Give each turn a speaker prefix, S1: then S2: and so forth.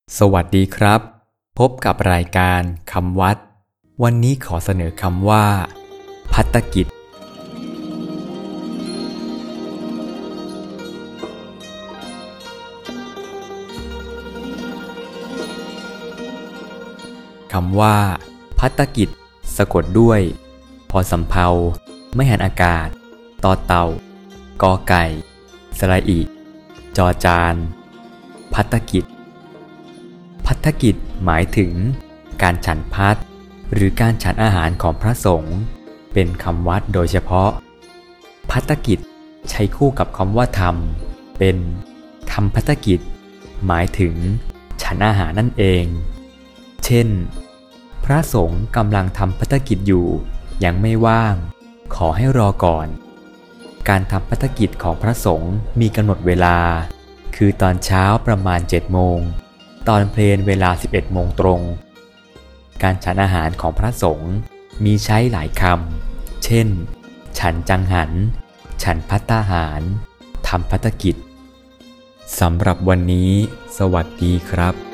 S1: สวัสดีครับพบกับรายการคำวัดวันนี้ขอเสนอคำว่าภัตกิจคำว่าภัตกิจสะกดด้วยพอสำเภาไม่หันอากาศต่อเต่ากอไก่สระอิจอจานภัตกิจภัตกิจหมายถึงการฉันภัตหรือการฉันอาหารของพระสงฆ์เป็นคำวัดโดยเฉพาะภัตกิจใช้คู่กับคำว่าธรรมเป็นธรรมภัตกิจหมายถึงฉันอาหารนั่นเองเช่นพระสงฆ์กำลังทำภัตกิจอยู่ยังไม่ว่างขอให้รอก่อนการทำภัตกิจของพระสงฆ์มีกำหนดเวลาคือตอนเช้าประมาณ7 โมงตอนเพลเวลา11 โมงตรงการฉันอาหารของพระสงฆ์มีใช้หลายคำเช่นฉันจังหันฉันภัตตาหารทำภัตกิจสำหรับวันนี้สวัสดีครับ